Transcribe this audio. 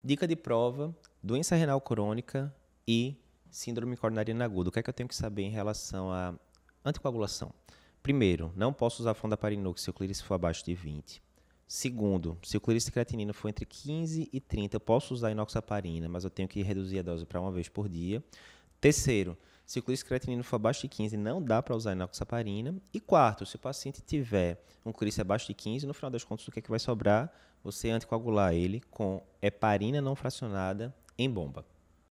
Dica de prova, doença renal crônica e síndrome coronariana aguda. O que é que eu tenho que saber em relação à anticoagulação? Primeiro, não posso usar fondaparinux se o clírice for abaixo de 20. Segundo, se o clírice creatinina for entre 15 e 30, eu posso usar inoxaparina, mas eu tenho que reduzir a dose para uma vez por dia. Terceiro, se o clírice creatinina for abaixo de 15, não dá para usar inoxaparina. E quarto, se o paciente tiver um clírice abaixo de 15, no final das contas, o que é que vai sobrar? Você anticoagular ele com heparina não fracionada em bomba.